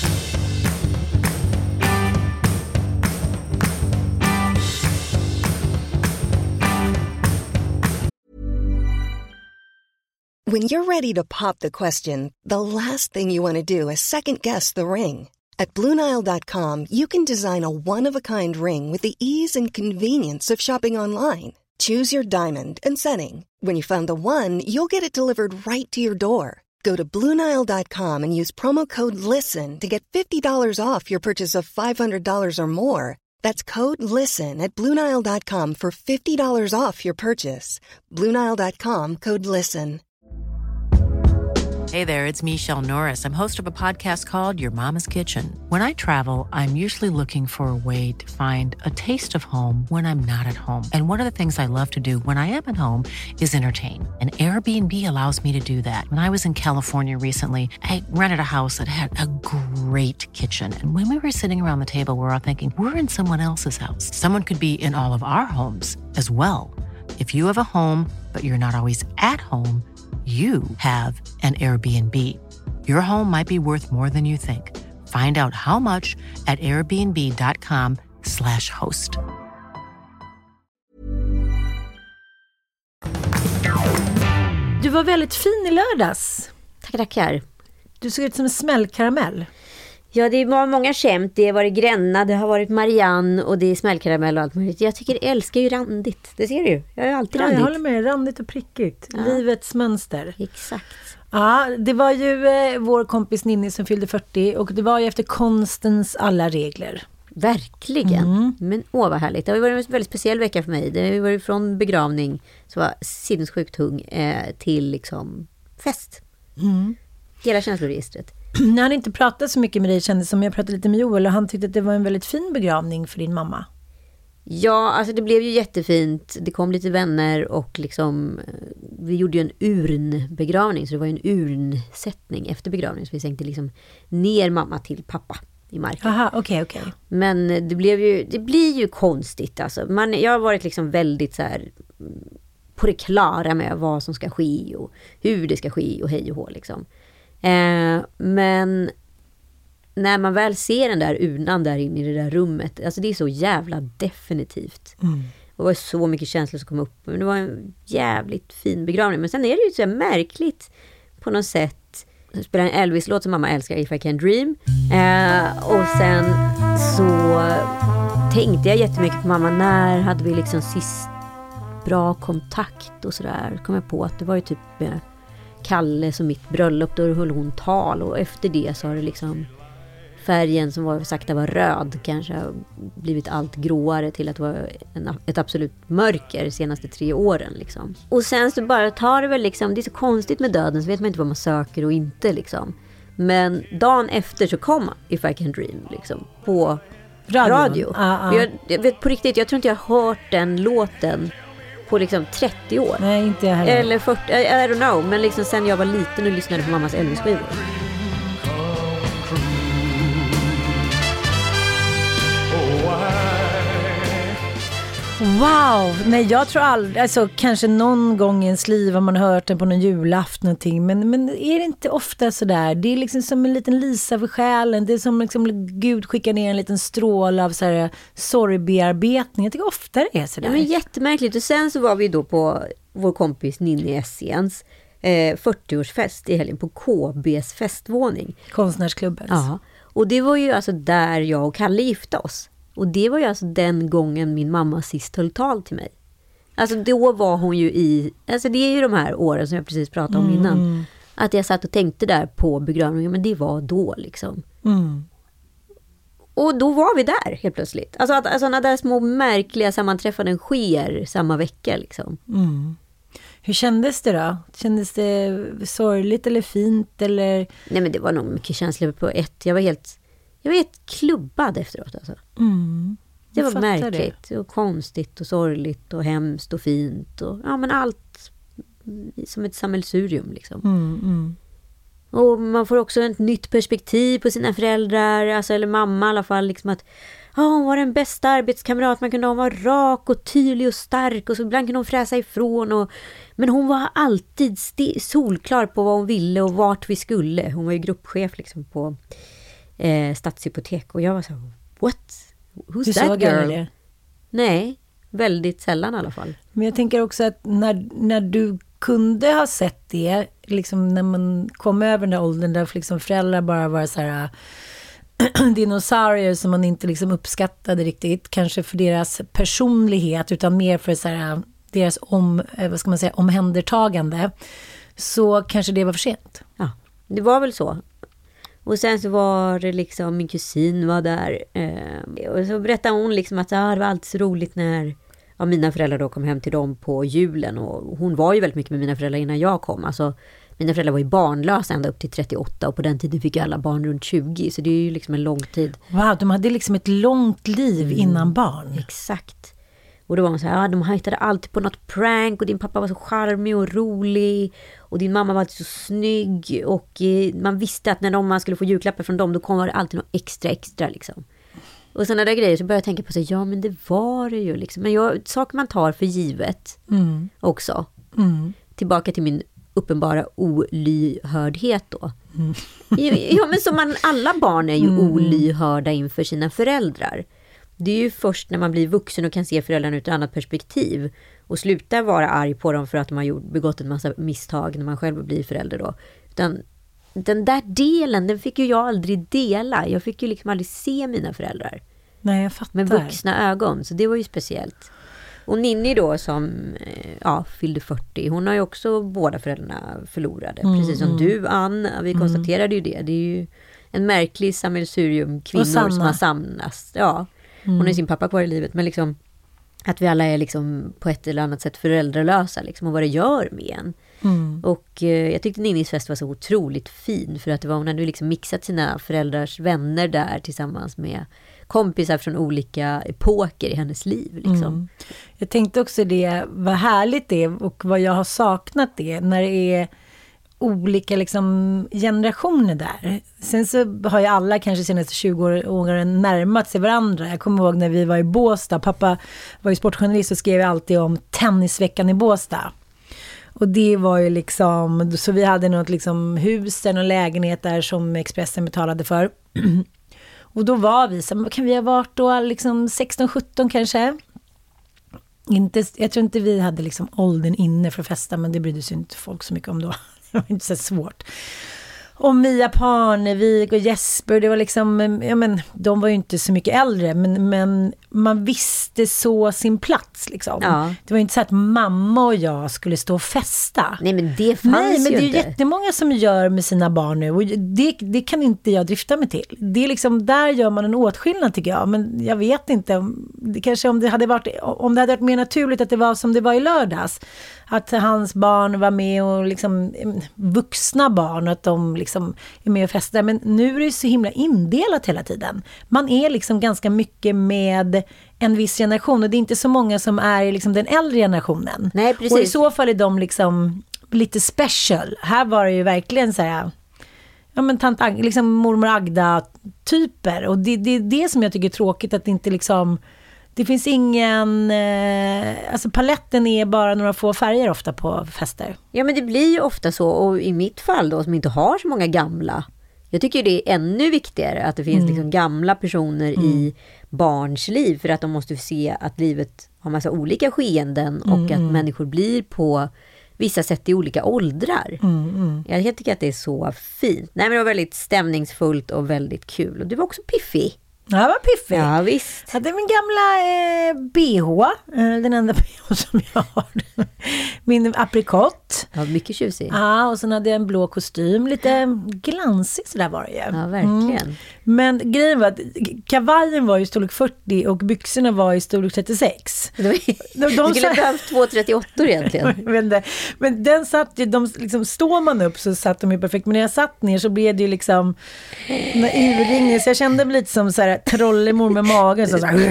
When you're ready to pop the question, the last thing you want to do is second-guess the ring. At Blue Nile dot com, you can design a one-of-a-kind ring with the ease and convenience of shopping online. Choose your diamond and setting. When you find the one, you'll get it delivered right to your door. Go to Blue Nile dot com and use promo code LISTEN to get fifty dollars off your purchase of five hundred dollars or more. That's code LISTEN at Blue Nile dot com for fifty dollars off your purchase. Blue Nile dot com, code LISTEN. Hey there, it's Michelle Norris. I'm host of a podcast called Your Mama's Kitchen. When I travel, I'm usually looking for a way to find a taste of home when I'm not at home. And one of the things I love to do when I am at home is entertain. And Airbnb allows me to do that. When I was in California recently, I rented a house that had a great kitchen. And when we were sitting around the table, we were all thinking, we're in someone else's house. Someone could be in all of our homes as well. If you have a home, but you're not always at home, you have an Airbnb. Your home might be worth more than you think. Find out how much at airbnb.com slash host. Du var väldigt fin i lördags. Tackar, tackar. Du såg ut som en smällkaramell. Ja, det var många skämt. Det har varit Gränna, det har varit Marianne och det är smällkaramell och allt möjligt. Jag tycker jag älskar ju randigt. Det ser du. Jag är alltid Ja, randigt. jag håller med. Randigt och prickigt. Ja. Livets mönster. Exakt. Ja, det var ju eh, vår kompis Ninni som fyllde fyrtio och det var ju efter konstens alla regler. Verkligen. Mm. Men åh vad härligt. Det har varit en väldigt speciell vecka för mig. Det har varit från begravning så var sinnessjukt tung eh, till liksom fest. Mm. Hela känsloregistret. När han inte pratade så mycket med dig kändes som jag pratade lite med Joel och han tyckte att det var en väldigt fin begravning för din mamma. Ja, alltså det blev ju jättefint. Det kom lite vänner och liksom vi gjorde ju en urnbegravning så det var ju en urnsättning efter begravningen så vi sänkte liksom ner mamma till pappa i marken. Aha, okej, okay, okej. Okay. Men det blev ju det blir ju konstigt alltså. Man jag har varit liksom väldigt så här på det klara med vad som ska ske och hur det ska ske och hej och hå liksom. Eh, men när man väl ser den där urnan där inne i det där rummet, alltså det är så jävla definitivt. Mm. Det var så mycket känslor som kom upp. Men det var en jävligt fin begravning. Men sen är det ju så märkligt på något sätt. Jag spelar en Elvis-låt som mamma älskar, If I Can Dream. Eh, och sen så tänkte jag jättemycket på mamma. När hade vi liksom sist bra kontakt och sådär. Kom jag på att det var ju typ eh, Kalle som mitt bröllop. Då höll hon tal. Och efter det så har det liksom färgen som var sakta var röd kanske har blivit allt gråare till att vara en, ett absolut mörker de senaste tre åren liksom. Och sen så bara tar det väl liksom, det är så konstigt med döden så vet man inte vad man söker och inte liksom. Men dagen efter så kom If I Can Dream liksom på radio. radio. Ah, ah. Jag, jag vet på riktigt, jag tror inte jag har hört den låten på liksom trettio år. Nej, inte jag heller. Eller fyrtio, I, I don't know, men liksom sen jag var liten och lyssnade på mammas Elvis-skivor. Wow, nej jag tror aldrig, alltså kanske någon gång i ens liv har man hört den på någon julafton någonting, men, men är det inte ofta sådär? Det är liksom som en liten Lisa för själen, det är som liksom Gud skickar ner en liten stråle av så här sorgbearbetning. Jag tycker ofta det är sådär. Ja, men jättemärkligt. Och sen så var vi då på vår kompis Ninni Essiens eh, fyrtioårsfest i helgen på K B:s festvåning. Konstnärsklubbens. Ja, och det var ju alltså där jag och Kalle gifte oss. Och det var ju alltså den gången min mamma sist höll tal till mig. Alltså då var hon ju i... Alltså det är ju de här åren som jag precis pratade om mm. innan. Att jag satt och tänkte där på begravningen. Men det var då liksom. Mm. Och då var vi där helt plötsligt. Alltså att alltså, sådana där små märkliga sammanträffanden sker samma vecka liksom. Mm. Hur kändes det då? Kändes det sorgligt eller fint? Eller? Nej men det var nog mycket känslor på ett. Jag var helt... Jag var helt klubbad efteråt alltså. Mm. Det var märkligt det. Och konstigt och sorgligt och hemskt och fint. Och, ja men allt som ett sammelsurium liksom. Mm, mm. Och man får också ett nytt perspektiv på sina föräldrar. Alltså, eller mamma i alla fall. Liksom att oh, hon var den bästa arbetskamrat man kunde ha. Hon var rak och tydlig och stark. Och så ibland kunde hon fräsa ifrån. Och, men hon var alltid st- solklar på vad hon ville och vart vi skulle. Hon var ju gruppchef liksom på... Eh, Stadshypotek och jag var så what? Who's du that girl? Det? Nej, väldigt sällan i alla fall. Men jag tänker också att när, när du kunde ha sett det liksom när man kom över den där åldern där liksom föräldrar bara var så här dinosaurier som man inte liksom uppskattade riktigt kanske för deras personlighet utan mer för så här, deras om, vad ska man säga, omhändertagande så kanske det var för sent. Ja, det var väl så. Och sen så var det liksom, min kusin var där. Eh, och så berättade hon liksom att ah, det var alltid så roligt när ja, mina föräldrar då kom hem till dem på julen. Och hon var ju väldigt mycket med mina föräldrar innan jag kom. Alltså mina föräldrar var ju barnlösa ända upp till trettioåtta och på den tiden fick alla barn runt tjugo, så det är ju liksom en lång tid. Wow, de hade liksom ett långt liv mm. innan barn. Exakt. Och då var de så här, ja, de hittade alltid på något prank och din pappa var så charmig och rolig och din mamma var alltid så snygg och eh, man visste att när de, man skulle få julklappar från dem, då kom det alltid något extra extra liksom. Och sådana där grejer, så började jag tänka på sig, ja men det var det ju liksom. Men jag, saker man tar för givet mm. också. Mm. Tillbaka till min uppenbara olyhördhet då. Mm. Ja, men som man, alla barn är ju mm. olyhörda inför sina föräldrar. Det är ju först när man blir vuxen och kan se föräldrarna ur ett annat perspektiv och slutar vara arg på dem för att de har gjort, begått en massa misstag när man själv blir förälder då. Utan den där delen, den fick ju jag aldrig dela. Jag fick ju liksom aldrig se mina föräldrar. Nej, jag fattar. Med vuxna ögon, så det var ju speciellt. Och Ninni då som ja, fyllde fyrtio, hon har ju också båda föräldrarna förlorade. Mm, precis som mm. du, Ann, vi konstaterade ju det. Det är ju en märklig sammelsurium kvinnor som har samlats. Ja, hon har sin pappa kvar i livet, men liksom att vi alla är liksom på ett eller annat sätt föräldralösa liksom, och vad det gör med en. Mm. Och eh, jag tyckte Ninnis fest var så otroligt fin för att det var, hon hade liksom mixat sina föräldrars vänner där tillsammans med kompisar från olika epoker i hennes liv liksom. Mm. Jag tänkte också det, vad härligt det är och vad jag har saknat det när det är olika liksom generationer där. Sen så har ju alla kanske senaste tjugo åren närmat sig varandra. Jag kommer ihåg när vi var i Båstad. Pappa var ju sportjournalist och skrev alltid om tennisveckan i Båstad. Och det var ju liksom, så vi hade något liksom hus och lägenhet där som Expressen betalade för. Och då var vi, så kan vi ha varit då liksom sexton sjutton kanske. Inte, jag tror inte vi hade liksom åldern inne för att festa, men det brydde sig inte folk så mycket om då. Det var inte så svårt. Och Mia Parnevik och Jesper, det var liksom, ja men de var ju inte så mycket äldre, men, men man visste så sin plats liksom. Ja. Det var ju inte så att mamma och jag skulle stå och festa. Nej, men det fanns Nej, men ju det är inte. jättemånga som gör med sina barn nu och det, det kan inte jag drifta mig till. Det är liksom, där gör man en åtskillnad tycker jag, men jag vet inte, det kanske om det hade varit, om det hade varit mer naturligt att det var som det var i lördags, att hans barn var med och liksom vuxna barn, att de liksom är med och festar. Men nu är det så himla indelat hela tiden. Man är liksom ganska mycket med en viss generation och det är inte så många som är liksom den äldre generationen. Nej, precis. Och i så fall är de liksom lite special. Här var det ju verkligen så här, ja men tant Ag- liksom mormor Agda typer, och det är det, det som jag tycker är tråkigt, att det inte liksom, det finns ingen, eh, alltså paletten är bara några få färger ofta på fester. Ja, men det blir ju ofta så, och i mitt fall då som inte har så många gamla, jag tycker det är ännu viktigare att det finns mm. liksom gamla personer mm. i barns liv, för att de måste se att livet har massa olika skeenden och mm. att människor blir på vissa sätt i olika åldrar. Mm, mm. Jag tycker att det är så fint. Nej, men det var väldigt stämningsfullt och väldigt kul, och det var också piffig. Ja, det var piffig. Ja, visst. Jag hade min gamla eh, B H, eh, den enda B H som jag har. Min aprikott. Ja, mycket tjusig. Ja, och sen hade jag en blå kostym, lite glansig sådär var det ju. Ja, verkligen. Mm. Men grejen var att kavajen var i storlek fyrtio och byxorna var i storlek trettiosex. Det var, de, de, du skulle behövt två trettioåtta egentligen. Jag vet inte. Men den satt ju, de, liksom, står man upp så satt de ju perfekt. Men när jag satt ner så blev det ju liksom urringen. Så jag kände mig lite som så här trollemor med magen. Så, så här.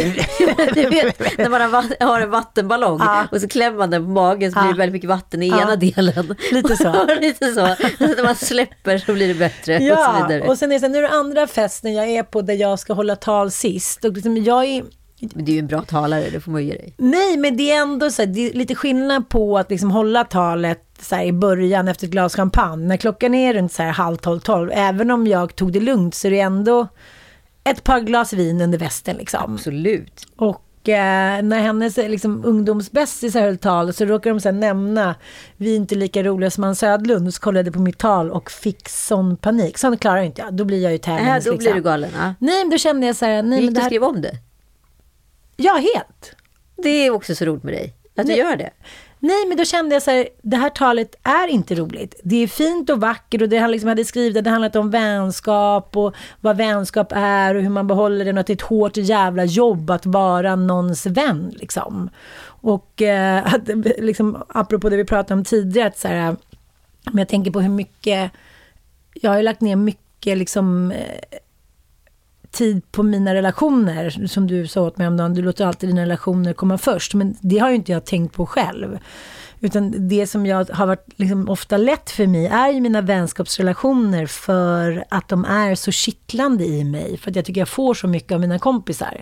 Du vet, när man har en vattenballong ja. och så klämmer man den på magen så blir det väldigt mycket vatten i ja. ena delen. Lite så. Lite så. Så när man släpper så blir det bättre. Ja, och så vidare. Och sen är det, nu är det andra festen jag är på där jag ska hålla tal sist. Och liksom jag är... Men du är ju en bra talare, det får man ju ge dig. Nej, men det är ändå så här, det är lite skillnad på att liksom hålla talet så här, i början efter ett glas champagne. När klockan är runt så här, halv tolv, tolv. Även om jag tog det lugnt så är det ändå ett par glas vin under västen. Liksom. Absolut. Och eh, när hennes liksom, ungdomsbästisar höll tal så råkade de så här, nämna vi är inte lika roliga som Hans Södlund. Och så kollade jag på mitt tal och fick sån panik. Sån klarar inte jag. Då blir jag ju tävlings. Äh, då liksom. blir du galen. Ja. Nej, men då kände jag så här. Nej, Gick men det du här... skriva om det? Ja, helt. Det är också så roligt med dig. Att Nej. du gör det. Nej, men då kände jag så här, det här talet är inte roligt. Det är fint och vackert och det han liksom hade skrivit att det handlat om vänskap och vad vänskap är och hur man behåller den och att det är ett hårt jävla jobb att vara någons vän liksom. Och eh, att, liksom, apropå det vi pratade om tidigare, att så här, Men jag tänker på hur mycket, jag har ju lagt ner mycket liksom eh, tid på mina relationer, som du sa åt mig om dagen, du låter alltid dina relationer komma först, men det har ju inte jag tänkt på själv. Utan det som jag har varit liksom ofta lätt för mig är ju mina vänskapsrelationer, för att de är så kittlande i mig, för att jag tycker jag får så mycket av mina kompisar.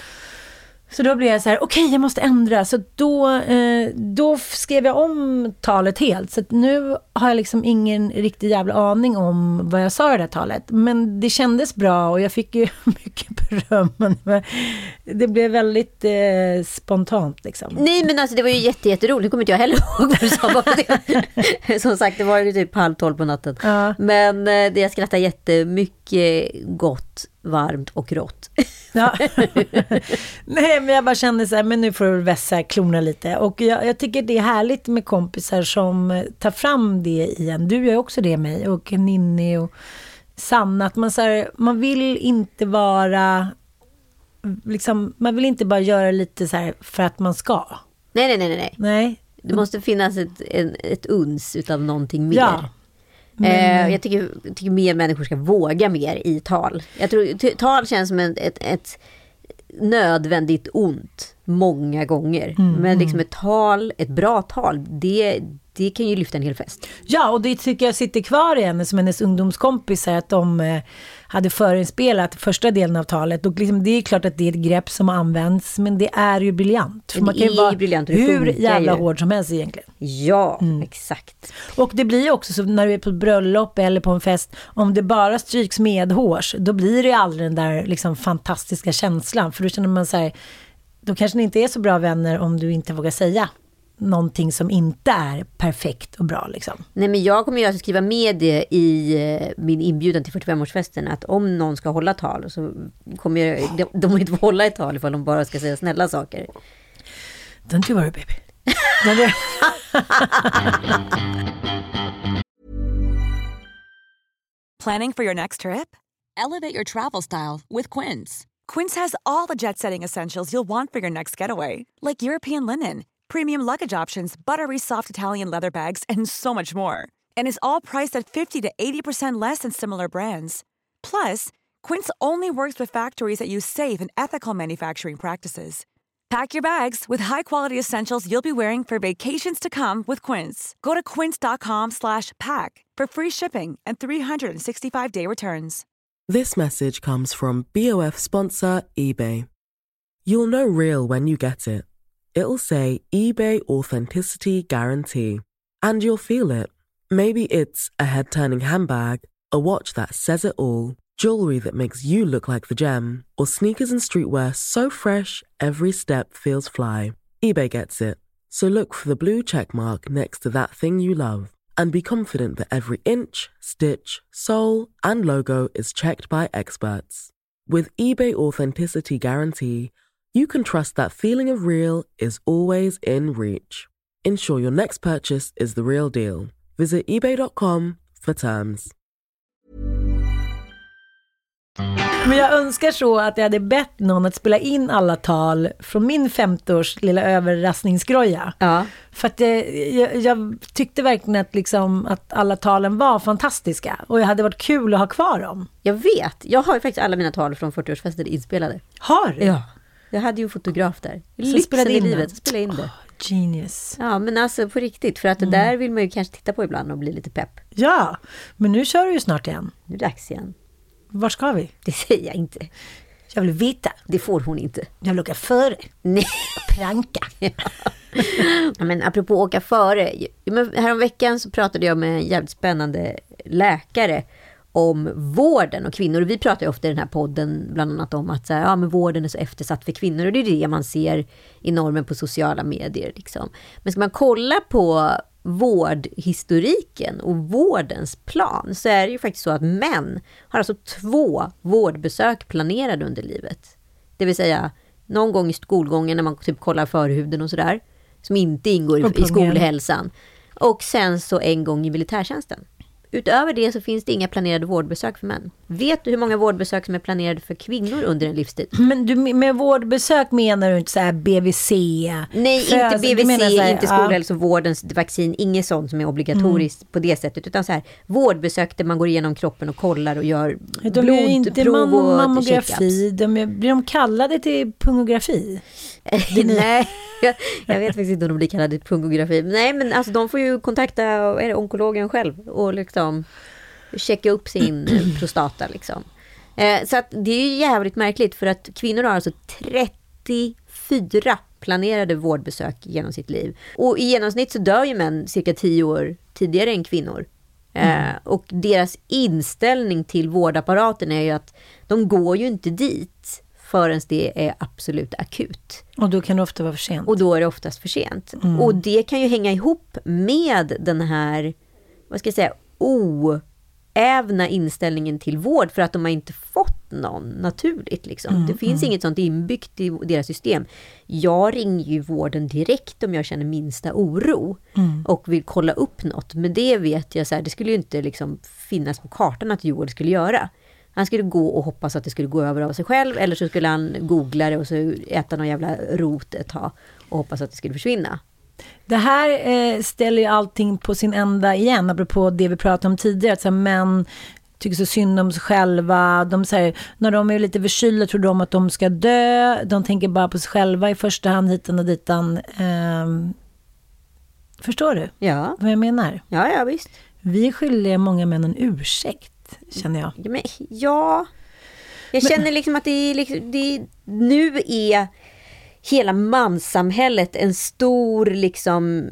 Så då blev jag så här, okej, okay, jag måste ändra. Så då, eh, då skrev jag om talet helt. Så att nu har jag liksom ingen riktig jävla aning om vad jag sa i det här talet. Men det kändes bra och jag fick ju mycket beröm. Men det blev väldigt eh, spontant liksom. Nej, men alltså det var ju jätte, jätteroligt. Nu kommer inte jag heller ihåg vad du sa bara det. Som sagt, det var ju typ halv tolv på natten. Ja. Men eh, det jag skrattar jättemycket gott, varmt och rått. Ja. Nej, men jag bara kände så här, men nu får du vässa klorna lite. Och jag, jag tycker det är härligt med kompisar som tar fram det igen. Du gör också det, mig och Ninni och Sanna. Att man, så här, man vill inte vara liksom, man vill inte bara göra lite så här för att man ska. Nej, nej, nej, nej. nej. Det måste finnas ett, en, ett uns utav någonting mer. Ja. Men... Eh, jag tycker, tycker mer människor ska våga mer i tal. Jag tror t- tal känns som ett, ett, ett nödvändigt ont många gånger. Mm, Men liksom ett tal, ett bra tal, det, det kan ju lyfta en hel fest. Ja, och det tycker jag sitter kvar i henne som hennes ungdomskompisar, att de eh, hade förinspelat första delen av talet. Och liksom, det är klart att det är ett grepp som används, men det är ju briljant. För man kan ju vara briljant, hur jävla ju. hård som helst egentligen. Ja, mm. exakt. Och det blir också så när du är på ett bröllop eller på en fest, om det bara stryks medhårs, då blir det aldrig den där liksom fantastiska känslan. För då känner man så här, då kanske ni inte är så bra vänner om du inte vågar säga någonting som inte är perfekt och bra liksom. Nej, men jag kommer ju alltså skriva med det i min inbjudan till fyrtiofemårsfesten, att om någon ska hålla tal så kommer jag, de, de må inte få hålla ett tal ifall de bara ska säga snälla saker. Don't you worry, baby. Planning for your next trip? Elevate your travel style with Quince. Quince has all the jet-setting essentials you'll want for your next getaway, like European linen, premium luggage options, buttery soft Italian leather bags, and so much more. And is all priced at fifty to eighty percent less than similar brands. Plus, Quince only works with factories that use safe and ethical manufacturing practices. Pack your bags with high-quality essentials you'll be wearing for vacations to come with Quince. Go to quince.com slash pack for free shipping and three sixty-five day returns. This message comes from B O F sponsor eBay. You'll know real when you get it. It'll say eBay Authenticity Guarantee. And you'll feel it. Maybe it's a head-turning handbag, a watch that says it all, jewelry that makes you look like the gem, or sneakers and streetwear so fresh every step feels fly. eBay gets it. So look for the blue check mark next to that thing you love. And be confident that every inch, stitch, sole, and logo is checked by experts. With eBay Authenticity Guarantee, you can trust that feeling of real is always in reach. Ensure your next purchase is the real deal. Visit ebay dot com for terms. Men jag önskar så att jag hade bett någon att spela in alla tal från min femtioårs lilla överraskningsgroja. Ja. För att jag, jag, jag tyckte verkligen att, liksom, att alla talen var fantastiska. Och jag hade varit kul att ha kvar dem. Jag vet. Jag har ju faktiskt alla mina tal från fyrtioårsfesten inspelade. Har du? Ja. Jag hade ju en fotograf där. Så spelade in i livet. Så spelade in det. Oh, genius. Ja, men alltså på riktigt. För att det mm. där vill man ju kanske titta på ibland och bli lite pepp. Ja, men nu kör du ju snart igen. Nu är det dags igen. Var ska vi? Det säger jag inte. Jag vill veta. Det får hon inte. Jag vill åka före. Nej. Pranka. Ja. Ja, men apropå åka före. Härom veckan så pratade jag med en jävligt spännande läkare om vården och kvinnor. Och vi pratar ju ofta i den här podden bland annat om att så här, ja, men vården är så eftersatt för kvinnor. Och det är det man ser i normen på sociala medier. Liksom. Men ska man kolla på vårdhistoriken och vårdens plan, så är det ju faktiskt så att män har alltså två vårdbesök planerade under livet. Det vill säga någon gång i skolgången när man typ kollar förhuden och sådär, som inte ingår i, i skolhälsan. Och sen så en gång i militärtjänsten. Utöver det så finns det inga planerade vårdbesök för män. Vet du hur många vårdbesök som är planerade för kvinnor under en livstid? Men du, med vårdbesök menar du inte så här B V C? Nej, Föds, inte B V C, här, inte skolhälsovårdens ja. vaccin, inget sånt som är obligatoriskt mm. på det sättet. Utan så här, vårdbesök där man går igenom kroppen och kollar och gör de blodprov är inte och mammografi, de är, blir de kallade till pungografi? Nej, jag, jag vet faktiskt inte om de blir kallade till pungografi. Nej, men alltså de får ju kontakta är det, onkologen själv och liksom checka upp sin prostata liksom. Eh, så att det är ju jävligt märkligt för att kvinnor har alltså trettiofyra planerade vårdbesök genom sitt liv. Och i genomsnitt så dör ju män cirka tio år tidigare än kvinnor. Mm. Eh, och deras inställning till vårdapparaten är ju att de går ju inte dit förrän det är absolut akut. Och då kan det ofta vara för sent. Och då är det oftast för sent. Mm. Och det kan ju hänga ihop med den här, vad ska jag säga, oävna inställningen till vård för att de har inte fått någon naturligt. Liksom. Mm, det finns mm. inget sånt inbyggt i deras system. Jag ringer ju vården direkt om jag känner minsta oro mm. och vill kolla upp något. Men det vet jag, så här, det skulle ju inte liksom finnas på kartan att Joel skulle göra. Han skulle gå och hoppas att det skulle gå över av sig själv. Eller så skulle han googla det och så äta någon jävla rot ett tag. Och hoppas att det skulle försvinna. Det här eh, ställer ju allting på sin ända igen. Apropå det vi pratade om tidigare. Att så här, män tycker så synd om sig själva. De, så här, när de är lite förkylda tror de att de ska dö. De tänker bara på sig själva i första hand hitan och ditan. Eh, förstår du? Ja. Vad jag menar? Ja, ja visst. Vi är skyldiga många män en ursäkt. Känner jag. Ja, men, ja. jag känner men, liksom att det är, liksom, det är, nu är hela manssamhället en stor liksom,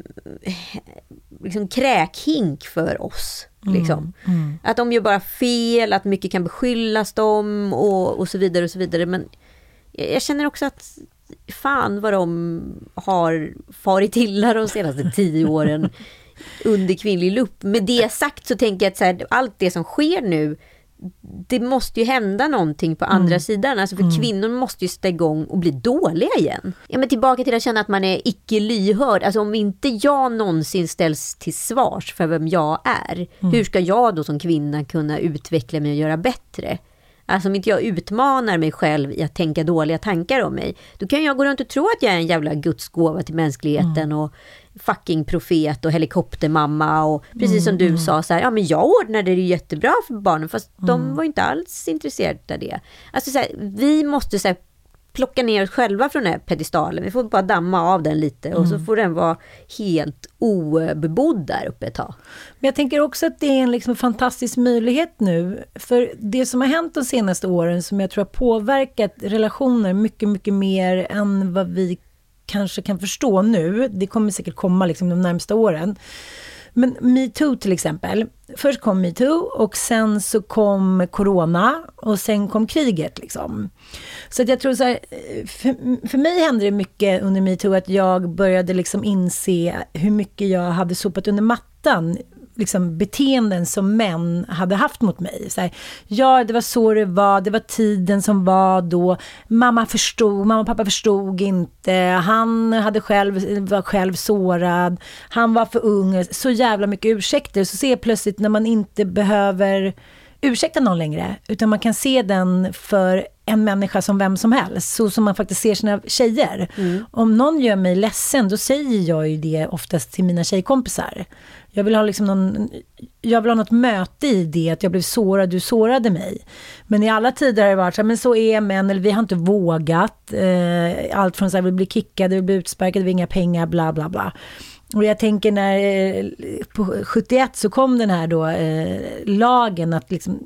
liksom kräkhink för oss. Liksom. Mm, mm. Att de gör bara fel, att mycket kan beskyllas dem och, och så vidare och så vidare. Men jag, jag känner också att fan vad de har farit illa de senaste tio åren under kvinnlig lupp. Med det sagt så tänker jag att så här, allt det som sker nu, det måste ju hända någonting på andra mm. sidan. Alltså för mm. kvinnor måste ju ställa igång och bli dåliga igen. Ja, men tillbaka till att känna att man är icke lyhörd. Alltså om inte jag någonsin ställs till svars för vem jag är, mm. hur ska jag då som kvinna kunna utveckla mig och göra bättre? Alltså om inte jag utmanar mig själv i att tänka dåliga tankar om mig, då kan jag gå runt och tro att jag är en jävla gudsgåva till mänskligheten mm. och fucking profet och helikoptermamma och precis mm. som du mm. sa så här, ja men jag ordnade det jättebra för barnen fast mm. de var inte alls intresserade av det. Alltså så här, vi måste så här, plocka ner oss själva från den här pedestalen. Vi får bara damma av den lite och mm. så får den vara helt obebodd där uppe ett tag. Men jag tänker också att det är en liksom fantastisk möjlighet nu. För det som har hänt de senaste åren som jag tror har påverkat relationer mycket, mycket mer än vad vi kanske kan förstå nu. Det kommer säkert komma liksom de närmsta åren. Men MeToo till exempel. Först kom MeToo och sen så kom corona och sen kom kriget liksom. Så att jag tror så här, för, för mig hände det mycket under MeToo att jag började liksom inse hur mycket jag hade sopat under mattan, liksom beteenden som män hade haft mot mig. Så här, ja, det var så det var, det var tiden som var då. Mamma förstod, mamma och pappa förstod inte. Han hade själv, var själv sårad. Han var för ung. Så jävla mycket ursäkter. Så ser jag plötsligt när man inte behöver ursäkta någon längre, utan man kan se den för en människa som vem som helst, så som man faktiskt ser sina tjejer. Mm. Om någon gör mig ledsen, då säger jag ju det oftast till mina tjejkompisar. Jag vill ha liksom någon, jag vill ha något möte i det, att jag blev sårad, du sårade mig. Men i alla tider har det varit så här, men så är män, eller vi har inte vågat. Eh, allt från så här, vi blir kickade, vi blir utsparkade, vi har inga pengar, bla bla bla. Och jag tänker när eh, på sjuttioett så kom den här då eh, lagen att liksom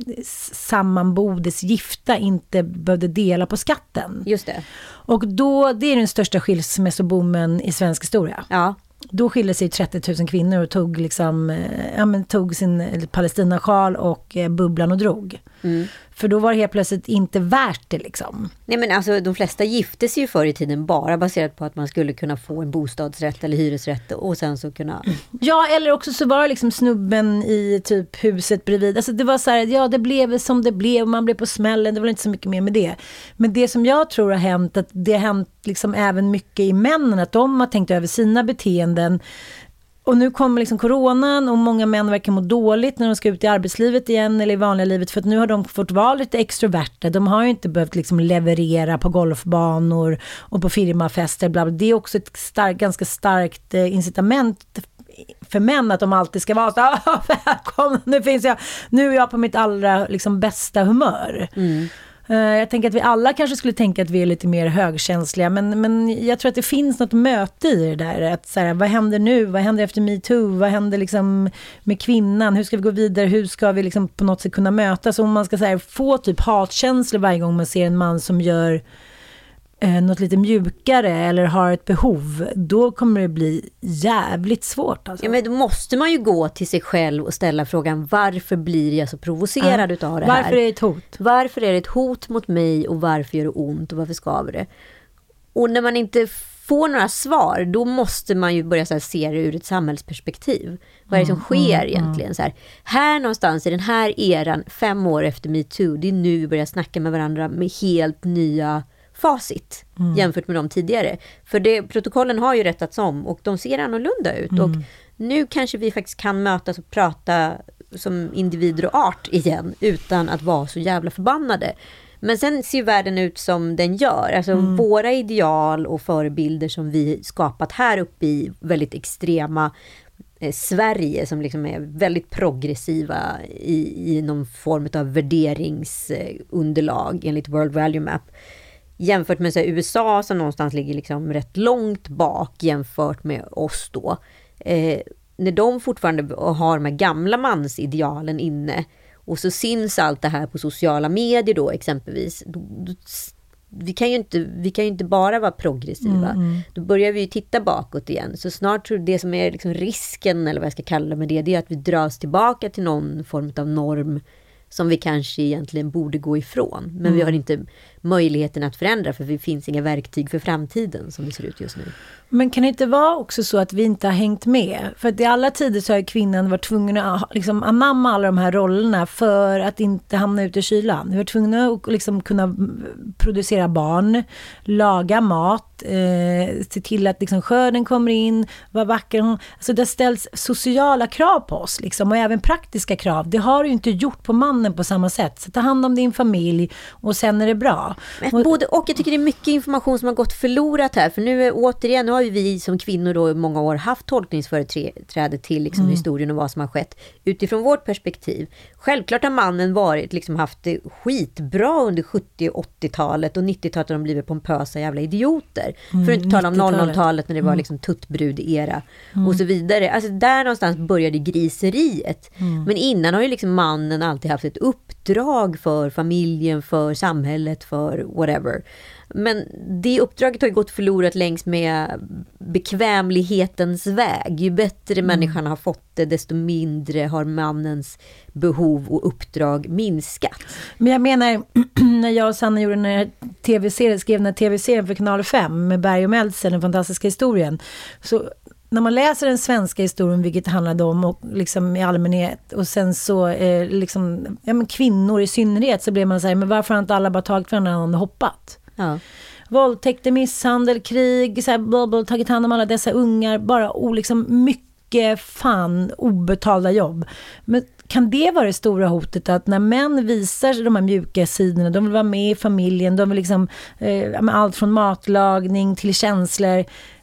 sammanbodes gifta inte behövde dela på skatten. Just det. Och då, det är den största skilsmässoboomen i svensk historia. Ja. Då skilde sig trettio tusen kvinnor och tog liksom ja, men tog sin Palestinasjal och eh, bubblan och drog. Mm. För då var det helt plötsligt inte värt det liksom. Nej, men alltså de flesta gifte sig ju förr i tiden bara baserat på att man skulle kunna få en bostadsrätt eller hyresrätt och sen så kunna... Ja, eller också så var det liksom snubben i typ huset bredvid. Alltså det var så här, ja det blev som det blev, man blev på smällen, det var inte så mycket mer med det. Men det som jag tror har hänt, att det har hänt liksom även mycket i männen, att de har tänkt över sina beteenden och nu kommer liksom coronan och många män verkar må dåligt när de ska ut i arbetslivet igen eller i vanliga livet, för att nu har de fått vara lite extroverta. De har ju inte behövt liksom leverera på golfbanor och på firmafester. Bla bla. Det är också ett stark, ganska starkt incitament för män att de alltid ska vara så välkomna, nu finns jag, nu är jag på mitt allra liksom bästa humör. Mm. Jag tänker att vi alla kanske skulle tänka att vi är lite mer högkänsliga, men, men jag tror att det finns något möte i det där. Att så här, vad händer nu? Vad händer efter MeToo? Vad händer liksom med kvinnan? Hur ska vi gå vidare? Hur ska vi liksom på något sätt kunna mötas? Om man ska så här, få typ hatkänslor varje gång man ser en man som gör eh, något lite mjukare eller har ett behov, då kommer det bli jävligt svårt. Alltså. Ja, men då måste man ju gå till sig själv och ställa frågan, varför blir jag så provocerad ja. utav det här? Varför är det ett hot? Varför är det ett hot mot mig och varför gör det ont och varför skaver det? Och när man inte får några svar, då måste man ju börja så här, se det ur ett samhällsperspektiv. Vad är det som sker mm, egentligen? Mm. Så här, här någonstans i den här eran, fem år efter MeToo, det är nu vi börjar snacka med varandra med helt nya facit mm. jämfört med de tidigare. För det, protokollen har ju rättats om och de ser annorlunda ut. Mm. Och nu kanske vi faktiskt kan mötas och prata som individer och art igen utan att vara så jävla förbannade. Men sen ser världen ut som den gör. Alltså mm. våra ideal och förebilder som vi skapat här uppe i väldigt extrema eh, Sverige, som liksom är väldigt progressiva i, i någon form av värderingsunderlag enligt World Value Map. Jämfört med så här, U S A som någonstans ligger liksom rätt långt bak jämfört med oss då. Eh, när de fortfarande har de här gamla mansidealen inne och så syns allt det här på sociala medier då exempelvis. Då, då, vi, kan ju inte, vi kan ju inte bara vara progressiva. Mm. Då börjar vi ju titta bakåt igen. Så snart tror jag det som är liksom risken, eller vad jag ska kalla med det, det är att vi dras tillbaka till någon form av norm som vi kanske egentligen borde gå ifrån. Men mm. vi har inte möjligheten att förändra, för det finns inga verktyg för framtiden som det ser ut just nu. Men kan det inte vara också så att vi inte har hängt med? För att i alla tider så har kvinnan varit tvungen att liksom anamma alla de här rollerna för att inte hamna ute i kylan. Vi var tvungna att liksom kunna producera barn, laga mat, eh, se till att liksom skörden kommer in, vara vacker. Alltså det ställs sociala krav på oss liksom, och även praktiska krav. Det har du inte gjort på mannen på samma sätt. Så ta hand om din familj och sen är det bra. Men både, och jag tycker det är mycket information som har gått förlorat här. För nu är återigen, nu har ju vi som kvinnor då i många år haft tolkningsföreträde till liksom mm. historien och vad som har skett utifrån vårt perspektiv. Självklart har mannen varit, liksom haft det skitbra under sjuttio- och åttiotalet, och nittiotalet har de blivit pompösa jävla idioter. Mm, för att inte tala om noll noll-talet när det var liksom tuttbrud-era mm. och så vidare. Alltså där någonstans började griseriet. Mm. Men innan har ju liksom mannen alltid haft ett uppdrag för familjen, för samhället, för whatever. Men det uppdraget har ju gått förlorat längs med bekvämlighetens väg. Ju bättre mm. människan har fått det, desto mindre har mannens behov och uppdrag minskat. Men jag menar, när jag och Sanna gjorde den här tv-serien, skrev den här tv-serien för kanal fem med Berg och Meltzer, den fantastiska historien, så när man läser den svenska historien, vilket det handlade om och liksom i allmänhet, och sen så eh, liksom, ja, men kvinnor i synnerhet, så blir man så här, men varför har inte alla bara tagit för varandra och hoppat? Ja. Våldtäkter, misshandel, krig, så här, blablabla, tagit hand om alla dessa ungar, bara o, liksom mycket fan obetalda jobb. Men kan det vara det stora hotet, att när män visar de här mjuka sidorna, de vill vara med i familjen, de vill liksom eh, med allt från matlagning till känslor,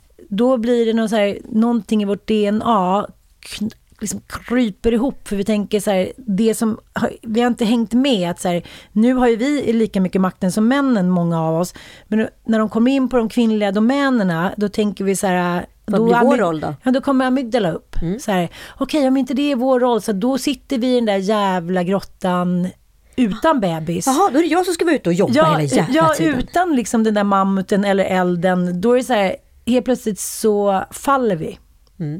då blir det någon så här, någonting i vårt D N A kn- liksom kryper ihop, för vi tänker så här, det som vi har inte hängt med, att så här, nu har ju vi lika mycket makten som männen, många av oss, men när de kommer in på de kvinnliga domänerna, då tänker vi så här, vad blir vår roll då? Ja, då kommer amygdala upp. Mm. Så här, okej, okay, om inte det är vår roll, så då sitter vi i den där jävla grottan utan bebis. Jaha, då är det jag som ska vara ute och jobba ja, hela jävla ja, tiden. Ja, utan liksom den där mammuten eller elden, då är det så här, helt plötsligt så faller vi. Mm.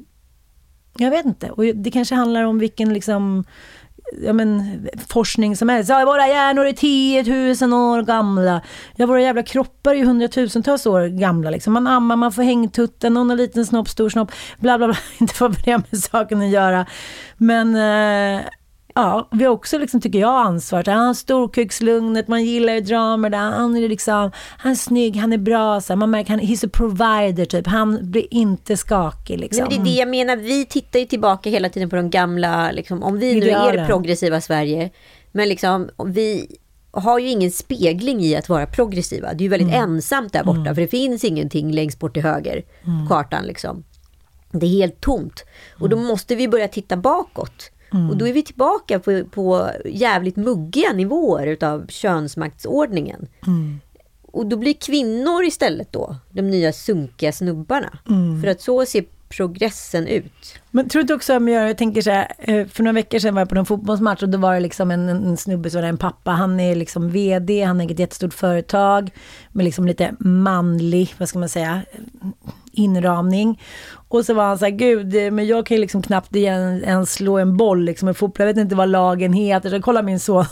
Jag vet inte. Och det kanske handlar om vilken liksom, ja men, forskning som helst. Ja, våra hjärnor är tio tusen år gamla. Ja, våra jävla kroppar är ju hundratusentals år gamla. Liksom. Man ammar, man får hängtutten, någon har liten snopp, stor snopp, bla bla bla. Inte för det med saken att göra. Men... Eh, ja, vi har också liksom, tycker jag, ansvaret. Han har storkukslugnet, man gillar ju dramer där. Han är liksom, han är snygg, han är bra. Så här, man märker, han, he's a provider typ. Han blir inte skakig liksom. Men det är det jag menar, vi tittar ju tillbaka hela tiden på de gamla, liksom, om vi nu är det progressiva Sverige. Men liksom, vi har ju ingen spegling i att vara progressiva. Det är ju väldigt mm. ensamt där borta. Mm. För det finns ingenting längst bort till höger mm. kartan liksom. Det är helt tomt. Och då måste vi börja titta bakåt. Mm. Och då är vi tillbaka på, på jävligt muggiga nivåer utav könsmaktsordningen. Mm. Och då blir kvinnor istället då de nya sunkiga snubbarna. Mm. För att så ser progressen ut. Men tror du också att jag, jag tänker så här, för några veckor sedan var jag på en fotbollsmatch och då var det liksom en, en snubbe som var en pappa, han är liksom vd, han har ett jättestort företag med liksom lite manlig, vad ska man säga, inramning. Och så var han så här, gud, men jag kan ju liksom knappt igen, ens slå en boll liksom i fotboll, jag vet inte vad lagen heter, så kolla min son,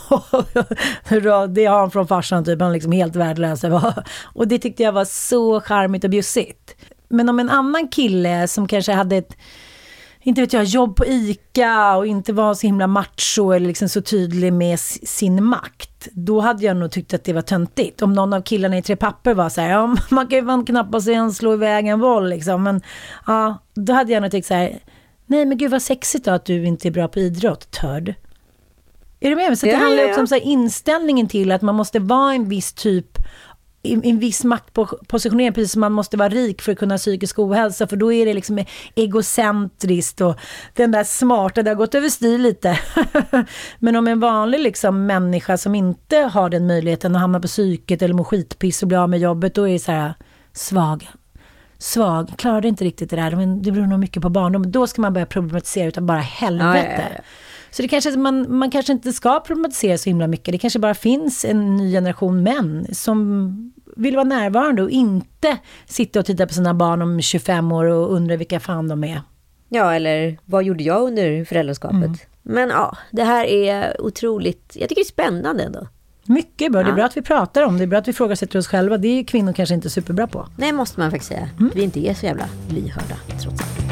det har han från farsan typ, han är liksom helt värdelös. Och det tyckte jag var så charmigt och bjussigt. Men om en annan kille som kanske hade ett, inte vet jag, jobb på ICA och inte var så himla macho eller liksom så tydlig med sin makt, då hade jag nog tyckt att det var töntigt. Om någon av killarna i Tre papper var så här, ja, man kan ju fan knappast igen slå iväg en boll liksom, men ja, då hade jag nog tyckt så här, nej men gud vad sexigt då att du inte är bra på idrott, törd. Är du med mig? Så det ja, handlar ja, ja. också om så här, inställningen till att man måste vara en viss typ, en viss maktpositionering, precis som man måste vara rik för att kunna ha psykisk ohälsa, för då är det liksom egocentriskt och den där smarta, det har gått över stil lite. Men om en vanlig liksom människa som inte har den möjligheten att hamna på psyket eller må skitpiss och bli av med jobbet, då är det så här svag. Svag, klarar det inte riktigt det där, men det beror nog mycket på barndom. Då ska man börja problematisera utan bara helvete. Ja, ja, ja. Så det kanske, man, man kanske inte ska problematisera så himla mycket. Det kanske bara finns en ny generation män som vill vara närvarande och inte sitta och titta på sina barn om tjugofem år och undra vilka fan de är. Ja, eller vad gjorde jag under föräldraskapet? Mm. Men ja, det här är otroligt, jag tycker det är spännande ändå. Mycket bra, det är bra att vi pratar om det, är bra att vi frågar oss själva. Det är ju kvinnor kanske inte superbra på. Nej, måste man faktiskt säga. Mm. Vi inte är så jävla lyhörda, trots allt.